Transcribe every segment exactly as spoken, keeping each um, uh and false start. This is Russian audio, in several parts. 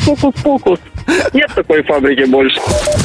Фокус-покус. Нет такой фабрики больше.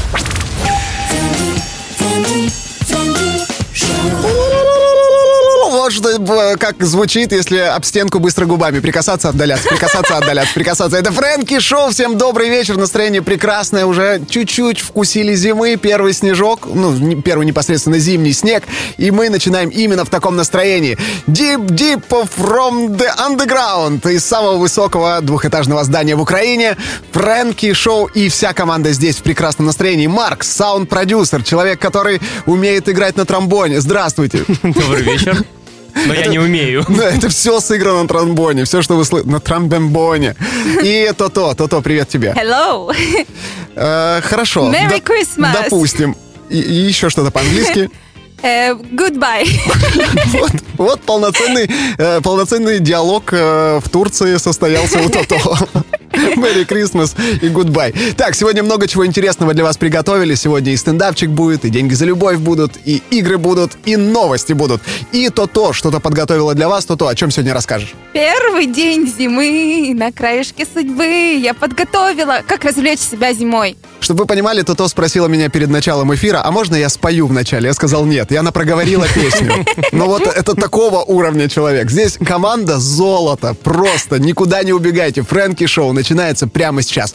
Вот что, как звучит, если об стенку быстро губами. Прикасаться, отдаляться, прикасаться, отдаляться, прикасаться. Это Фрэнки Шоу. Всем добрый вечер. Настроение прекрасное. Уже чуть-чуть вкусили зимы. Первый снежок. Ну, первый непосредственно зимний снег. И мы начинаем именно в таком настроении. Deep, deep from the underground. Из самого высокого двухэтажного здания в Украине. Фрэнки Шоу и вся команда здесь в прекрасном настроении. Марк, саунд-продюсер. Человек, который умеет играть на тромбоне. Здравствуйте. Добрый вечер. Но это, я не умею. Да, это все сыграно на тромбоне. Все, что вы слышите, на тромбембоне. И То-То, То-То, привет тебе. Hello. Э, хорошо. Merry Д- Christmas. Допустим. И, и еще что-то по-английски. Uh, goodbye. Вот, вот полноценный, э, полноценный диалог э, в Турции состоялся у То-То. Merry Christmas и Goodbye. Так, сегодня много чего интересного для вас приготовили. Сегодня и стендапчик будет, и деньги за любовь будут, и игры будут, и новости будут. И То-То что-то подготовила для вас. То-То, о чем сегодня расскажешь? Первый день зимы на краешке судьбы. Я подготовила, как развлечь себя зимой. Чтобы вы понимали, То-То спросила меня перед началом эфира, а можно я спою вначале? Я сказал нет, и она проговорила песню. Но вот это такого уровня человек. Здесь команда золото, просто никуда не убегайте. Фрэнки Шоу начинается прямо сейчас.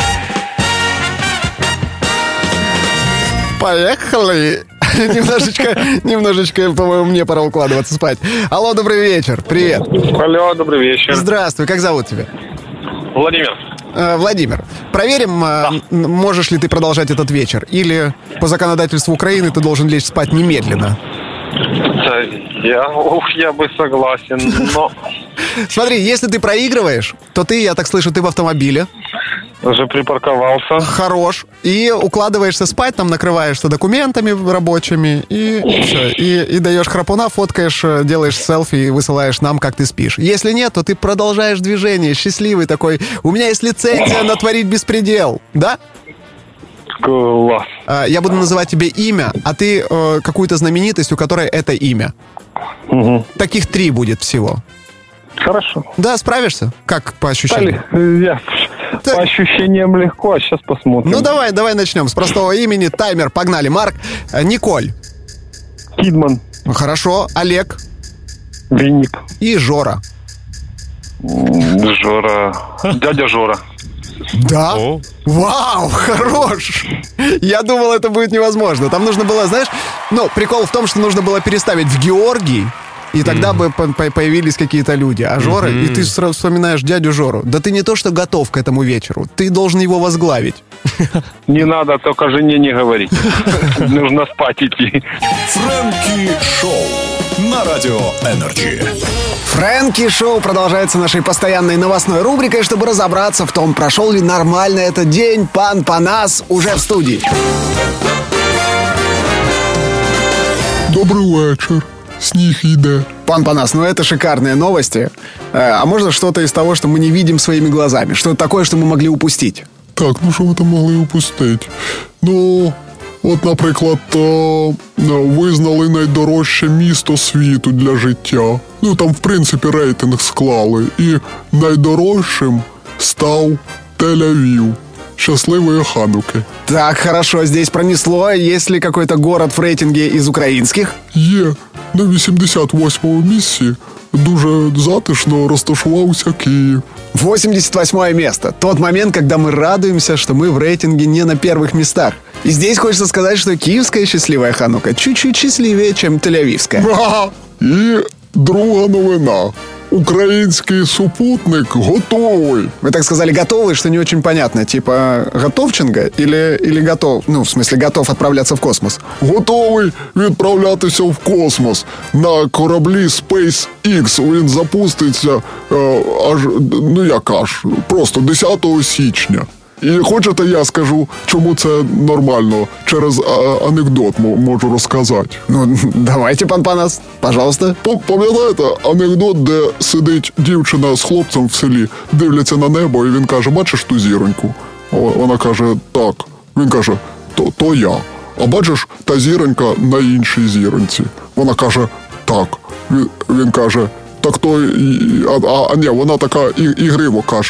Поехали! Немножечко, немножечко, по-моему, мне пора укладываться спать. Алло, добрый вечер, привет. Алло, добрый вечер. Здравствуй, как зовут тебя? Владимир. Владимир, проверим, да. Можешь ли ты продолжать этот вечер, или по законодательству Украины ты должен лечь спать немедленно? Да, я, ух, я бы согласен, но... Смотри, если ты проигрываешь, то ты, я так слышу, ты в автомобиле. Уже припарковался. Хорош. И укладываешься спать, там накрываешься документами рабочими, и все. И, и даешь храпуна, фоткаешь, делаешь селфи и высылаешь нам, как ты спишь. Если нет, то ты продолжаешь движение, счастливый такой. У меня есть лицензия на творить беспредел. Да? Класс. Я буду называть тебе имя, а ты э, какую-то знаменитость, у которой это имя. Угу. Таких три будет всего. Хорошо. Да, справишься? Как по ощущениям? Я... Так. По ощущениям легко, а сейчас посмотрим. Ну давай, давай начнем с простого имени. Таймер, погнали. Марк, Николь. Кидман. Хорошо. Олег. Винник. И Жора. Жора. Дядя Жора. Да? О. Вау, хорош! Я думал, это будет невозможно. Там нужно было, знаешь, ну, прикол в том, что нужно было переставить в Георгий, и тогда mm. бы по- появились какие-то люди. А Жора, mm-hmm. и ты сразу вспоминаешь дядю Жору. Да ты не то, что готов к этому вечеру, ты должен его возглавить. Не надо, только жене не говорить. Нужно спать идти. Фрэнки Шоу на Радио Энерджи. Фрэнки Шоу продолжается нашей постоянной новостной рубрикой, чтобы разобраться в том, прошел ли нормально этот день. Пан Панас уже в студии. Добрий вечір. Сніг йде. Пан Панас, ну это шикарные новости. А можно что-то из того, что мы не видим своими глазами? Что-то такое, что мы могли упустить? Так, ну що ви там могли упустити? Ну, от, наприклад, е, визнали найдорожче місто світу для життя. Ну, там, в принципі, рейтинг склали. І найдорожчим став Тель-Авів. Счастливые Хануки. Так, хорошо, здесь пронесло. Есть ли какой-то город в рейтинге из украинских? Є. На вісімдесят восьмому місці дуже затишно розташувався Київ. восемьдесят восьмое место. Тот момент, когда мы радуемся, что мы в рейтинге не на первых местах. И здесь хочется сказать, что киевская счастливая Ханука чуть-чуть счастливее, чем тель-авивская. Ага. І друга новина. Український супутник готовий. Вы так сказали готовы, что не очень понятно. Типа готовчинга или, или готов? Ну, в смысле, готов отправляться в космос. Готовий відправлятися в космос. На кораблі SpaceX він запуститься е, аж, ну як аж, просто десятого січня. І хочете, я скажу, чому це нормально? Через а, анекдот м- можу розказати. Ну, давайте, пан Панас, пожалуйста. Пам'ятаєте анекдот, де сидить дівчина з хлопцем в селі, дивляться на небо, і він каже, бачиш ту зіроньку? Вона каже, так. Він каже, то, то я. А бачиш, та зіронька на іншій зіроньці? Вона каже, так. Він, він каже, так то, а, а, а ні, вона така і, ігриво каже,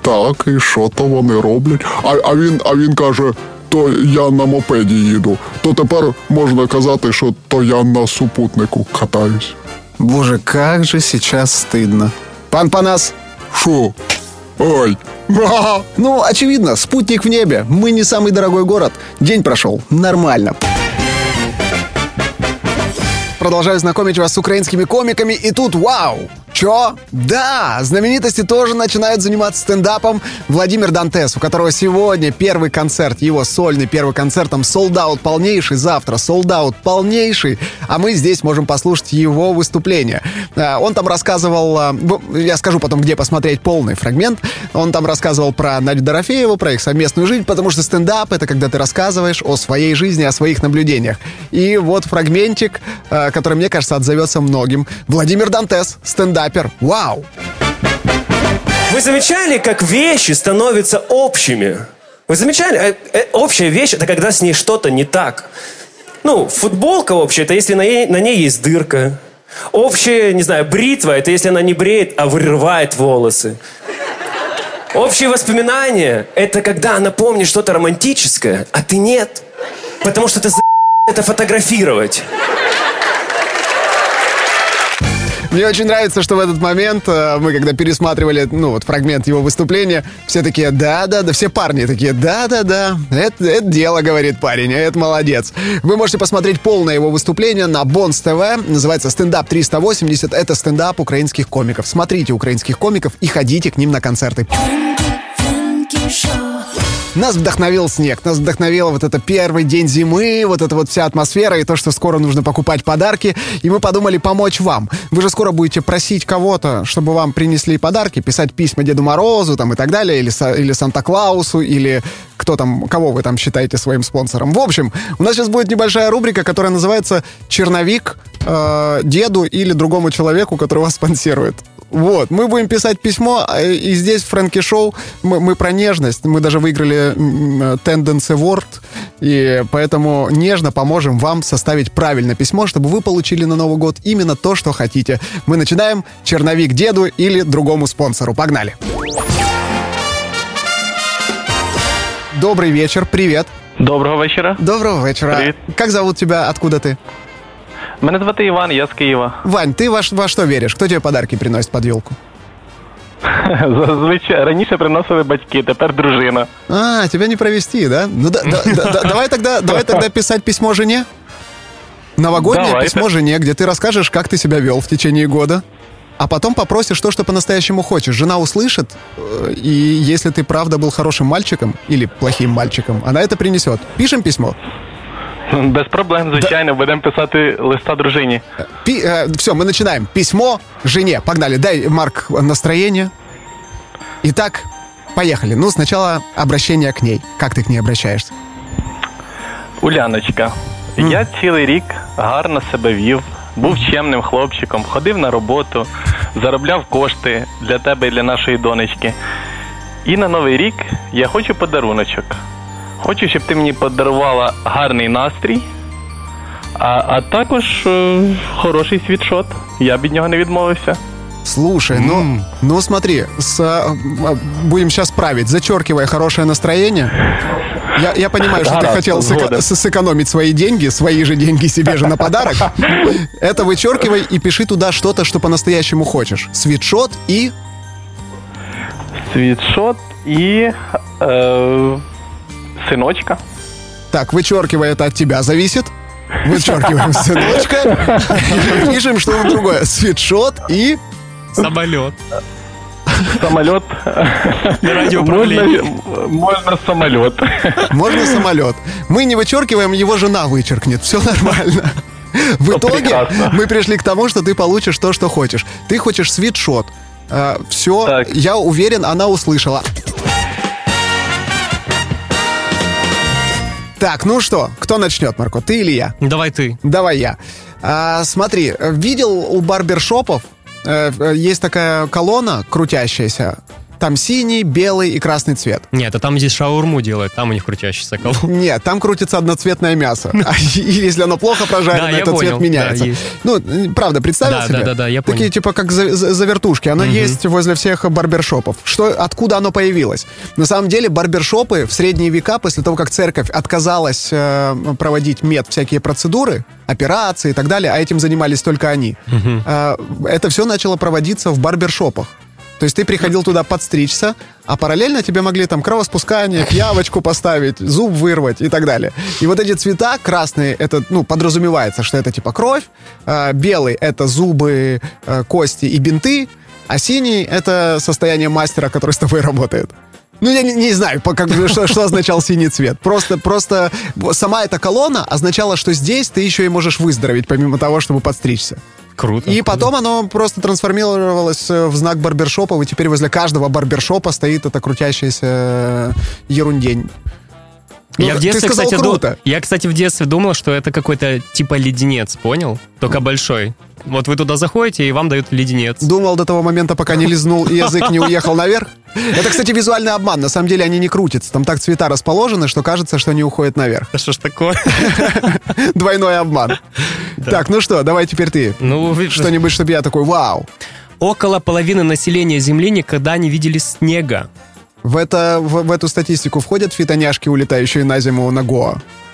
Так, і що то вони роблять? А, а, він, а він каже, то я на мопеді їду. То тепер можна казати, що то я на супутнику катаюсь. Боже, как же сейчас стыдно. Пан Панас. Шо? Ой. Ну, очевидно, спутник в небе. Мы не самый дорогой город. День прошел. Нормально. Продолжаю знакомить вас с украинскими комиками. И тут, вау! Чё? Да, знаменитости тоже начинают заниматься стендапом. Владимир Дантес, у которого сегодня первый концерт, его сольный первый концерт, там солд-аут полнейший, завтра солд-аут полнейший, а мы здесь можем послушать его выступление. Он там рассказывал, я скажу потом, где посмотреть полный фрагмент, он там рассказывал про Надю Дорофееву, про их совместную жизнь, потому что стендап — это когда ты рассказываешь о своей жизни, о своих наблюдениях. И вот фрагментик, который, мне кажется, отзовется многим. Владимир Дантес, стендап. Вау! Вы замечали, как вещи становятся общими? Вы замечали? Общая вещь — это когда с ней что-то не так. Ну, футболка общая — это если на ней, на ней есть дырка. Общая, не знаю, бритва — это если она не бреет, а вырывает волосы. Общие воспоминания — это когда она помнит что-то романтическое, а ты нет. Потому что ты за*** это фотографировать. Мне очень нравится, что в этот момент мы, когда пересматривали, ну, вот фрагмент его выступления, все такие, да-да-да, все парни такие, да-да-да, это, это дело, говорит парень, это молодец. Вы можете посмотреть полное его выступление на Бонс ТВ, называется «Стендап триста восемьдесят», это стендап украинских комиков. Смотрите украинских комиков и ходите к ним на концерты. Нас вдохновил снег, нас вдохновил вот это первый день зимы, вот эта вот вся атмосфера и то, что скоро нужно покупать подарки. И мы подумали помочь вам. Вы же скоро будете просить кого-то, чтобы вам принесли подарки, писать письма Деду Морозу там, и так далее, или, или Санта-Клаусу, или кто там, кого вы там считаете своим спонсором. В общем, у нас сейчас будет небольшая рубрика, которая называется «Черновик э, деду или другому человеку, который вас спонсирует». Вот, мы будем писать письмо, и здесь в Фрэнки Шоу мы, мы про нежность. Мы даже выиграли Tendency Award, и поэтому нежно поможем вам составить правильное письмо, чтобы вы получили на Новый год именно то, что хотите. Мы начинаем. Черновик деду или другому спонсору. Погнали. Добрый вечер, привет. Доброго вечора. Доброго вечера. Привет. Как зовут тебя, откуда ты? Мене звати Іван, я з Києва. Вань, ты во, во что веришь? Кто тебе подарки приносит под елку? Зазвичай раніше приносили батьки, тепер дружина. А, тебя не провести, да? Ну да, да, да, давай тогда, давай тогда писать письмо жене. Новогоднее Давайте. письмо жене, где ты расскажешь, как ты себя вел в течение года. А потом попросишь то, что по-настоящему хочешь. Жена услышит, и если ты правда был хорошим мальчиком или плохим мальчиком, она это принесет. Пишем письмо? Без проблем, звичайно, да. Будемо писати листа дружині. Пи- э, все, мы начинаем. Письмо жене. Погнали. Дай, Марк, настроение. Итак, поехали. Ну, сначала обращение к ней. Как ты к ней обращаешься? Уляночка, mm. я цілий рік гарно себе вів, був чемним хлопчиком, ходив на роботу, заробляв кошти для тебе і для нашої донечки. І на Новий рік я хочу подаруночок. Хочу, щоб ти мені подарувала гарний настрій, а, а також е, хороший світшот. Я б від нього не відмовився. Слушай, mm. ну, ну смотри, с, а, будем сейчас править. Зачеркивая хорошее настроение. Я, я понимаю, что да, ты да, хотел сэко- сэкономить свои деньги, свои же деньги себе же на подарок. Это вычеркивай и пиши туда что-то, что по-настоящему хочешь. Свитшот и... Свитшот и... Э, сыночка. Так, вычеркивай, это от тебя зависит. Вычеркиваем сыночка. Пишем что-то другое. Свитшот и... Самолет. Самолет. Радиоуправление. Можно, можно самолет. Можно самолет. Мы не вычеркиваем, его жена вычеркнет. Все нормально. В итоге прекрасно. мы пришли к тому, что ты получишь то, что хочешь. Ты хочешь свитшот. Все, Так. я уверен, она услышала. Так, ну что, кто начнет, Марко, ты или я? Давай ты. Давай я. А, смотри, видел у барбершопов э, есть такая колонна крутящаяся. Там синий, белый и красный цвет. Нет, а там здесь шаурму делают, там у них крутящийся колон. Нет, там крутится одноцветное мясо. А если оно плохо прожарено, Да, я этот понял. цвет меняется. Да, есть. Ну, правда, представил Да, себе? да, да, да, я понял. Такие типа как за- за- завертушки. Оно есть возле всех барбершопов. Что, откуда оно появилось? На самом деле барбершопы в средние века, после того, как церковь отказалась э, проводить мед, всякие процедуры, операции и так далее, а этим занимались только они, э, это все начало проводиться в барбершопах. То есть ты приходил туда подстричься, а параллельно тебе могли там кровоспускание, пиявочку поставить, зуб вырвать и так далее. И вот эти цвета красные, это, ну, подразумевается, что это типа кровь, э, белый — это зубы, э, кости и бинты, а синий — это состояние мастера, который с тобой работает. Ну, я не, не знаю, по- как, что, что означал синий цвет. Просто, просто сама эта колонна означала, что здесь ты еще и можешь выздороветь, помимо того, чтобы подстричься. Круто. И потом оно просто трансформировалось в знак барбершопов, и теперь возле каждого барбершопа стоит эта крутящаяся ерундень. Ну, я в ты детстве, сказал, кстати, ду- круто. я, кстати, в детстве думал, что это какой-то типа леденец, понял? Только большой. Вот вы туда заходите, и вам дают леденец. Думал до того момента, пока не лизнул и язык не уехал наверх. Это, кстати, визуальный обман. На самом деле они не крутятся. Там так цвета расположены, что кажется, что они уходят наверх. Да что ж такое? Двойной обман. Так, ну что, давай теперь ты. Ну, вы- Что-нибудь, чтобы я такой, вау. около половины населения Земли никогда не видели снега. В, это, в, в эту статистику входят фитоняшки, улетающие на зиму на Гоа?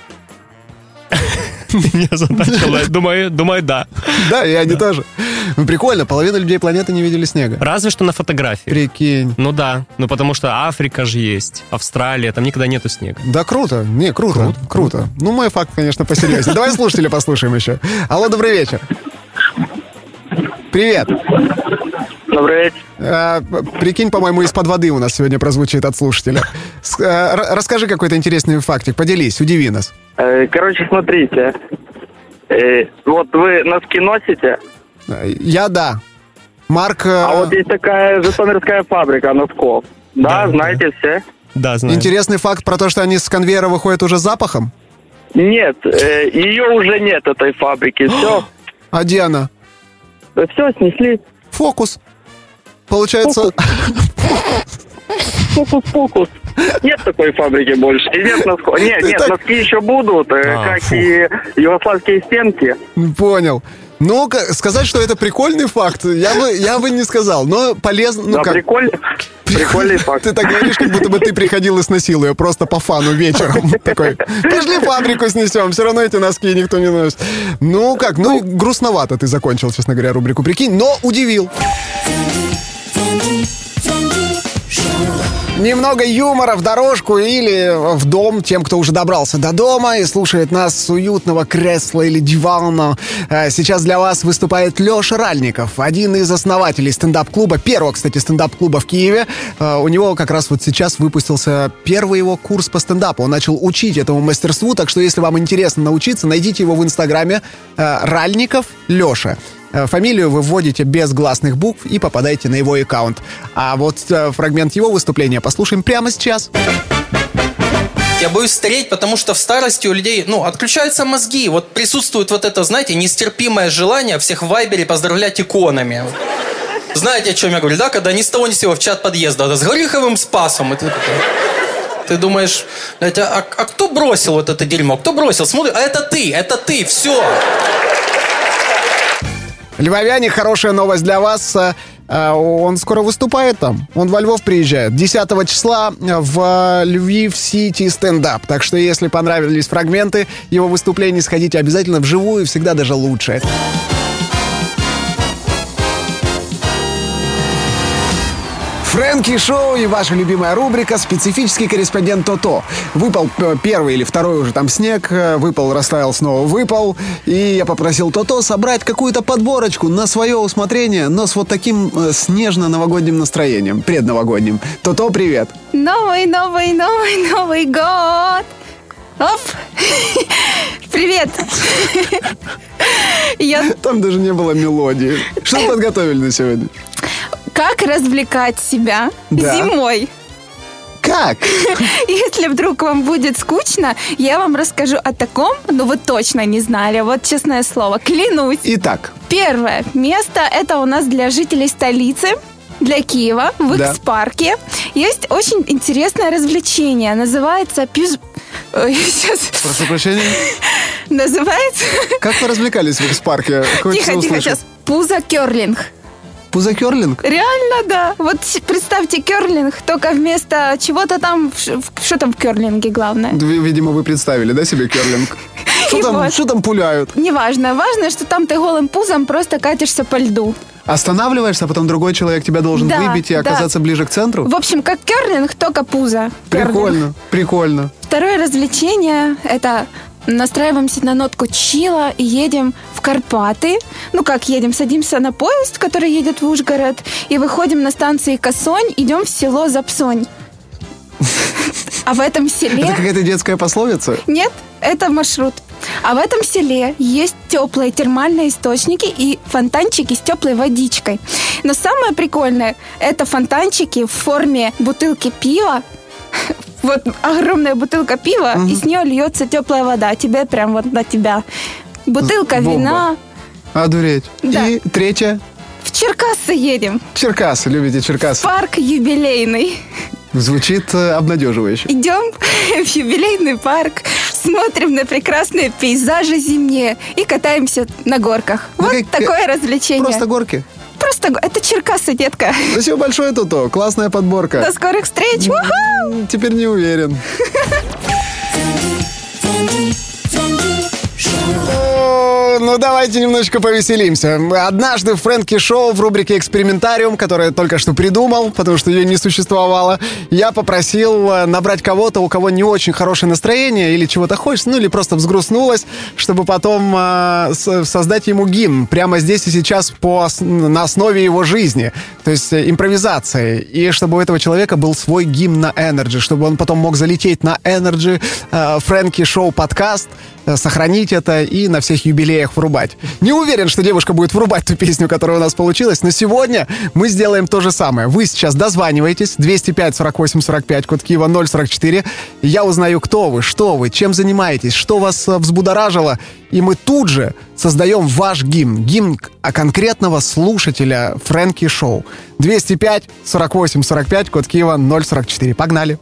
Не озадачило. Думаю, думаю, да. Да, и они тоже. Ну, прикольно, половина людей планеты не видели снега. Разве что на фотографии. Прикинь. Ну да, ну потому что Африка же есть, Австралия, там никогда нету снега. Да, круто. Не, круто, круто. Ну, мой факт, конечно, посерьезнее. Давай слушателя послушаем еще. Алло, добрый вечер. Привет. Добрый вечер. Э, прикинь, по-моему, из-под воды у нас сегодня прозвучит от слушателя. С- э, р- расскажи какой-то интересный фактик, поделись, удиви нас. Э, Короче, смотрите. Э, Вот вы носки носите, Э, Я да. Марк, э, а вот есть такая житомирская фабрика носков. Да, Да, знаете все? Да, знаю. интересный факт про то, что они с конвейера выходят уже с запахом. Нет, э, ее уже нет, этой фабрики. Все, А где она? все снесли. Фокус. Получается... Фокус-фокус. Нет такой фабрики больше. И нет носков. Нет, Ты нет, так- носки еще будут, э, А, как фу. и югославские стенки. Понял. Ну, к- сказать, что это прикольный факт, я бы, я бы не сказал, но полезно... Ну, Да, как? прикольно. Прикольный факт. Ты так говоришь, как будто бы ты приходил и сносил ее просто по фану вечером. Такой, пошли фабрику снесем, все равно эти носки никто не носит. Ну как, ну грустновато ты закончил, честно говоря, рубрику «Прикинь», но удивил. Немного юмора в дорожку или в дом тем, кто уже добрался до дома и слушает нас с уютного кресла или дивана. Э, Сейчас для вас выступает Леша Ральников, один из основателей стендап-клуба, первого, кстати, стендап-клуба в Киеве. Э, У него как раз вот сейчас выпустился первый его курс по стендапу. Он начал учить этому мастерству, так что если вам интересно научиться, найдите его в инстаграме э, Ральников Леша. Э, Фамилию вы вводите без гласных букв и попадаете на его аккаунт. А вот э, фрагмент его выступления послушаем прямо сейчас. Я боюсь стареть, потому что в старости у людей, ну, отключаются мозги. Вот присутствует вот это, знаете, нестерпимое желание всех в Вайбере поздравлять иконами. Знаете, о чем я говорю, да? Когда ни с того ни с сего в чат подъезда, да, с Гориховым Спасом. И ты, ты думаешь, блядь, а, а кто бросил вот это дерьмо? Кто бросил? Смотри, а это ты, это ты, все. Львовяне, хорошая новость для вас. Э, э, Он скоро выступает там. Он во Львов приезжает. десятого числа в Львив Сити стендап. Так что, если понравились фрагменты его выступлений, сходите обязательно вживую, всегда даже лучше. Фрэнки Шоу и ваша любимая рубрика «Специфический корреспондент То-То». Выпал э, первый или второй уже там снег, э, выпал, растаял, снова выпал. И я попросил То-То собрать какую-то подборочку на свое усмотрение, но с вот таким э, снежно-новогодним настроением, предновогодним. То-То, привет. Новый, новый, новый, Новый год. Оп. Привет. Я... Там даже не было мелодии. Что вы подготовили на сегодня? Как развлекать себя Да. зимой? Как? Если вдруг вам будет скучно, я вам расскажу о таком, но вы точно не знали. Вот честное слово, клянусь. Итак, Первое место – это у нас для жителей столицы. для Киева в Да. Икс-парке есть очень интересное развлечение. Называется пиз... Ой, сейчас... Прошу прощения. Называется... Как вы развлекались в Икс-парке? Хочется Тихо, тихо, услышать. сейчас. Пузо-керлинг. Пузо-керлинг? Реально, да. Вот с- представьте керлинг, только вместо чего-то там... в ш- в- Что там в керлинге главное? Ви- Видимо, вы представили, да, себе керлинг? Что И там, вот. что там пуляют? Неважно. Важно, что там ты голым пузом просто катишься по льду. Останавливаешься, а потом другой человек тебя должен Да, выбить и да. оказаться ближе к центру? В общем, как керлинг, только пузо. Керлинг. Прикольно, прикольно. Второе развлечение – это настраиваемся на нотку чила и едем в Карпаты. Ну как едем? Садимся на поезд, который едет в Ужгород, и выходим на станции Косонь, идем в село Запсонь. А в этом селе... Это какая-то детская пословица? Нет, это маршрут. А в этом селе есть теплые термальные источники и фонтанчики с теплой водичкой. Но самое прикольное – это фонтанчики в форме бутылки пива. Вот огромная бутылка пива, и с нее льется теплая вода. Тебе прям вот на тебя. Бутылка Бомба. вина. Одуреть. Да. И третье. В Черкассы едем. Черкасы. Любите Черкасы? Парк юбилейный. Звучит э, обнадеживающе. Идем в юбилейный парк, смотрим на прекрасные пейзажи зимние и катаемся на горках. Ну, Вот как- такое развлечение. Просто горки. Просто го- это Черкассы, детка. Спасибо большое, Туто. Классная подборка. До скорых встреч. Уху! Теперь не уверен. О, Ну, давайте немножечко повеселимся. Однажды в Фрэнки Шоу в рубрике «Экспериментариум», которую я только что придумал, потому что ее не существовало, я попросил э, набрать кого-то, у кого не очень хорошее настроение или чего-то хочется, ну или просто взгрустнулось, чтобы потом э, с- создать ему гимн прямо здесь и сейчас по, ос- на основе его жизни. То есть э, импровизации. И чтобы у этого человека был свой гимн на Energy, чтобы он потом мог залететь на Energy э, Фрэнки Шоу подкаст, э, сохранить это и на всех юбилеях врубать. Не уверен, что девушка будет врубать ту песню, которая у нас получилась, но сегодня мы сделаем то же самое. Вы сейчас дозваниваетесь, двести пять сорок восемь сорок пять, код Киева ноль сорок четыре. Я узнаю, кто вы, что вы, чем занимаетесь, что вас э, взбудоражило, и мы тут же создаем ваш гимн. Гимн а конкретного слушателя Фрэнки Шоу. двести пять сорок восемь сорок пять, код Киева ноль сорок четыре. Погнали!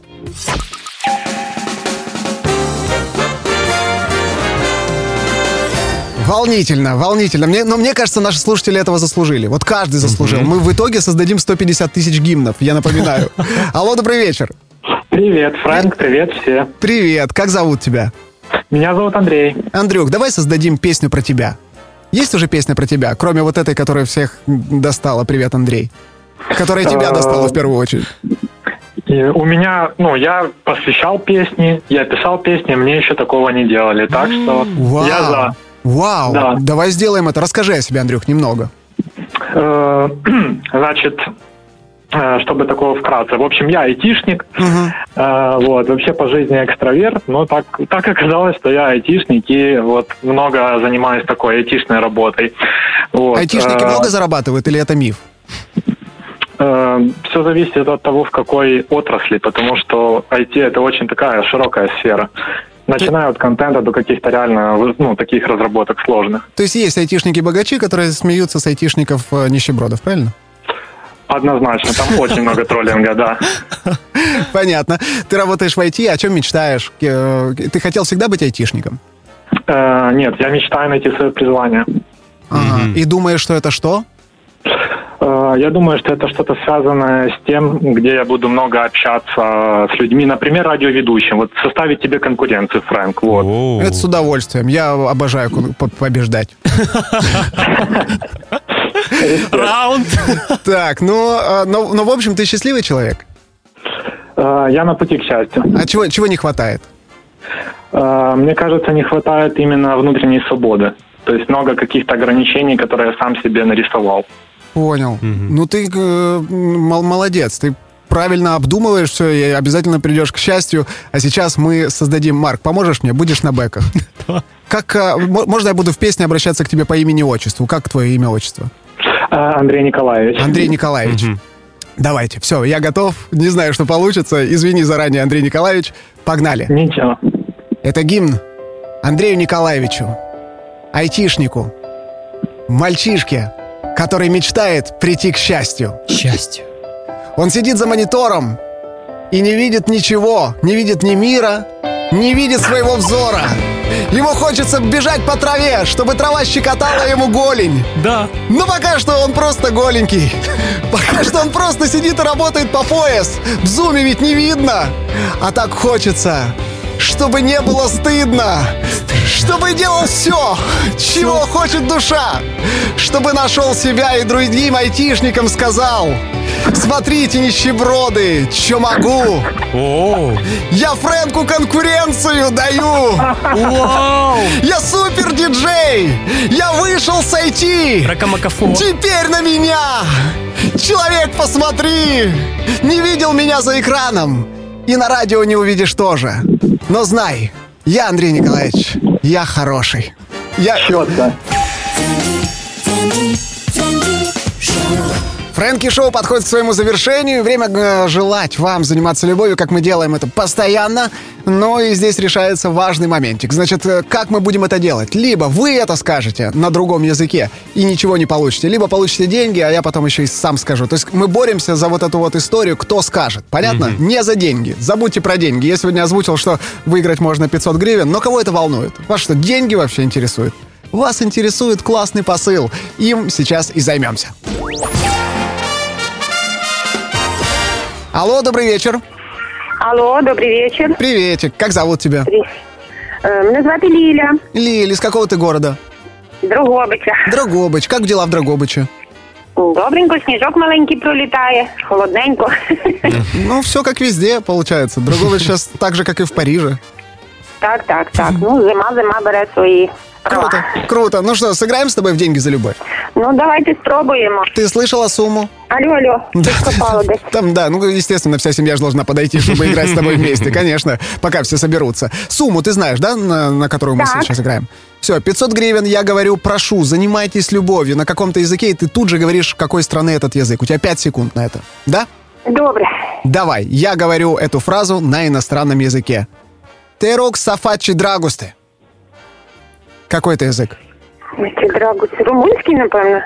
Волнительно, волнительно. Мне, но мне кажется, наши слушатели этого заслужили. Вот каждый заслужил. Мы в итоге создадим сто пятьдесят тысяч гимнов, я напоминаю. Алло, добрый вечер. Привет, Фрэнк, привет все. Привет, как зовут тебя? Меня зовут Андрей. Андрюк, давай создадим песню про тебя. Есть уже песня про тебя, кроме вот этой, которая всех достала? Привет, Андрей. Которая тебя достала в первую очередь. И у меня, ну, я посвящал песни, я писал песни, мне еще такого не делали, так что Вау. я за. Вау, Да. давай сделаем это. Расскажи о себе, Андрюх, немного. Э, Значит, э, чтобы такого вкратце. В общем, я айтишник, э, вот, вообще по жизни экстраверт, но так, так оказалось, что я айтишник и вот много занимаюсь такой айтишной работой. Вот, Айтишники э, много зарабатывают или это миф? Все зависит от того, в какой отрасли, потому что ай ти это очень такая широкая сфера. Начиная от контента до каких-то реально, ну, таких разработок сложных. То есть есть айтишники-богачи, которые смеются с айтишников-нищебродов, правильно? Однозначно, там очень много троллинга, да. Понятно. Ты работаешь в ай ти, о чем мечтаешь? Э, Ты хотел всегда быть айтишником? Э, Нет, я мечтаю найти свое призвание. Ага. И думаешь, что это что? Э, Я думаю, что это что-то связанное с тем, где я буду много общаться с людьми, например, радиоведущим. Вот составить тебе конкуренцию, Фрэнк, вот. Это с удовольствием. Я обожаю ку- по- побеждать. Раунд. Так, ну, э, ну, ну, в общем, ты счастливый человек? Э, Я на пути к счастью. А чего, чего не хватает? Э, Мне кажется, не хватает именно внутренней свободы. То есть много каких-то ограничений, которые я сам себе нарисовал. Понял. Ну, ты э, мол- молодец. Ты правильно обдумываешь все и обязательно придешь к счастью. А сейчас мы создадим... Марк, поможешь мне? Будешь на бэках. Как, э, мо- можно я буду в песне обращаться к тебе по имени-отчеству? Как твое имя-отчество? Э, Андрей Николаевич. Андрей Николаевич. Давайте, все, я готов. Не знаю, что получится. Извини заранее, Андрей Николаевич. Погнали. Ничего. Это гимн Андрею Николаевичу, айтишнику, мальчишке, который мечтает прийти к счастью. Счастью. Он сидит за монитором и не видит ничего, не видит ни мира, не видит своего взора. Ему хочется бежать по траве, чтобы трава щекотала ему голень. Да. Но пока что он просто голенький. Пока что он просто сидит и работает по пояс. В зуме ведь не видно. А так хочется, чтобы не было стыдно. Чтобы делал все, чего хочет душа. Чтобы нашел себя и другим айтишникам сказал: смотрите, нищеброды, чё могу. О, Я Фрэнку конкуренцию даю. вау! Я супер диджей. Я вышел с ай ти. Ракамакафо. Теперь на меня. Человек, посмотри. Не видел меня за экраном. И на радио не увидишь тоже. Но знай, я, Андрей Николаевич, я хороший. Я... Четко. Фрэнки Шоу подходит к своему завершению. Время э, желать вам заниматься любовью, как мы делаем это постоянно. Но и здесь решается важный моментик. Значит, э, как мы будем это делать? Либо вы это скажете на другом языке и ничего не получите, либо получите деньги, а я потом еще и сам скажу. То есть мы боремся за вот эту вот историю, кто скажет. Понятно? Mm-hmm. Не за деньги. Забудьте про деньги. Я сегодня озвучил, что выиграть можно пятьсот гривен, но кого это волнует? Вас что, деньги вообще интересуют? Вас интересует классный посыл. Им сейчас и займемся. Алло, добрый вечер. Алло, добрый вечер. Приветик. Как зовут тебя? При- Э, Мене звати Ліля. Лили, из какого ты города? Дрогобича. Дрогобич. Как дела в Дрогобиче? Добренько, сніжок маленький пролітає, холодненько. Ну, все как везде, получается. Дрогобич сейчас так же, как и в Париже. Так, так, так. Ну, зима, зима бере свої права. Круто, круто. Ну что, сыграем с тобой в деньги за любовь? Ну, давайте спробуємо. Ты слышала сумму? Алло, алло, десь попало десь. Там, да, ну, естественно, вся семья же должна подойти, чтобы играть с тобой вместе, конечно, пока все соберутся. Сумму ты знаешь, да, на, на которую мы Так. сейчас играем? Все, пятьсот гривен, я говорю, прошу, занимайтесь любовью на каком-то языке, и ты тут же говоришь, какой страны этот язык. У тебя пять секунд на это, да? Добре. Давай, я говорю эту фразу на иностранном языке. Терок сафачи драгусты. Какой это язык? Ці драгуці. Румунський, напевно.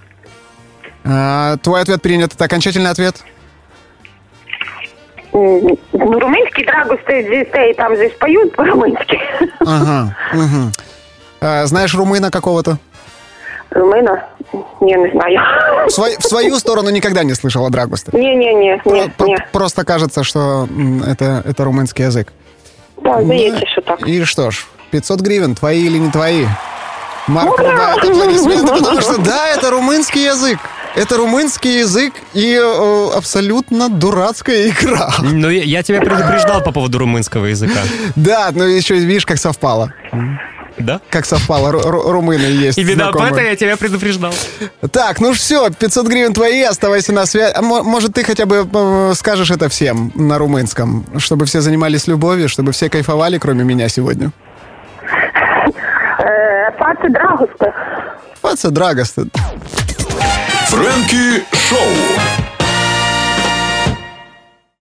А, твой ответ принят. Это окончательный ответ? М, Ну, румунський драгусти зі стей там же ж поють по-румунськи. Ага. Угу. А, знаешь румына какого-то? Румина? Ні, не знаю. В, свой- в свою сторону никогда не слышал о драгусте. Ні, ні, ні, ні, Про- ні. Просто кажется, что м, это, это румынский язык. Так, здається, що так. И что ж, пятьсот гривен, твои или не твои? Марк рубает аплодисменты, потому что да, это румынский язык. Это румынский язык и э, абсолютно дурацкая игра. Ну, я, я тебя предупреждал по поводу румынского языка. Да, но еще видишь, как совпало. Да? Как совпало, ру- ру- румыны есть. Именно об знакомые. этом я тебя предупреждал. Так, ну все, пятьсот гривен твои, оставайся на связи. А мо- может, ты хотя бы э, скажешь это всем на румынском, чтобы все занимались любовью, чтобы все кайфовали, кроме меня сегодня? Е, Паце драгусти. Паца Драгоста. Фрэнки Шоу.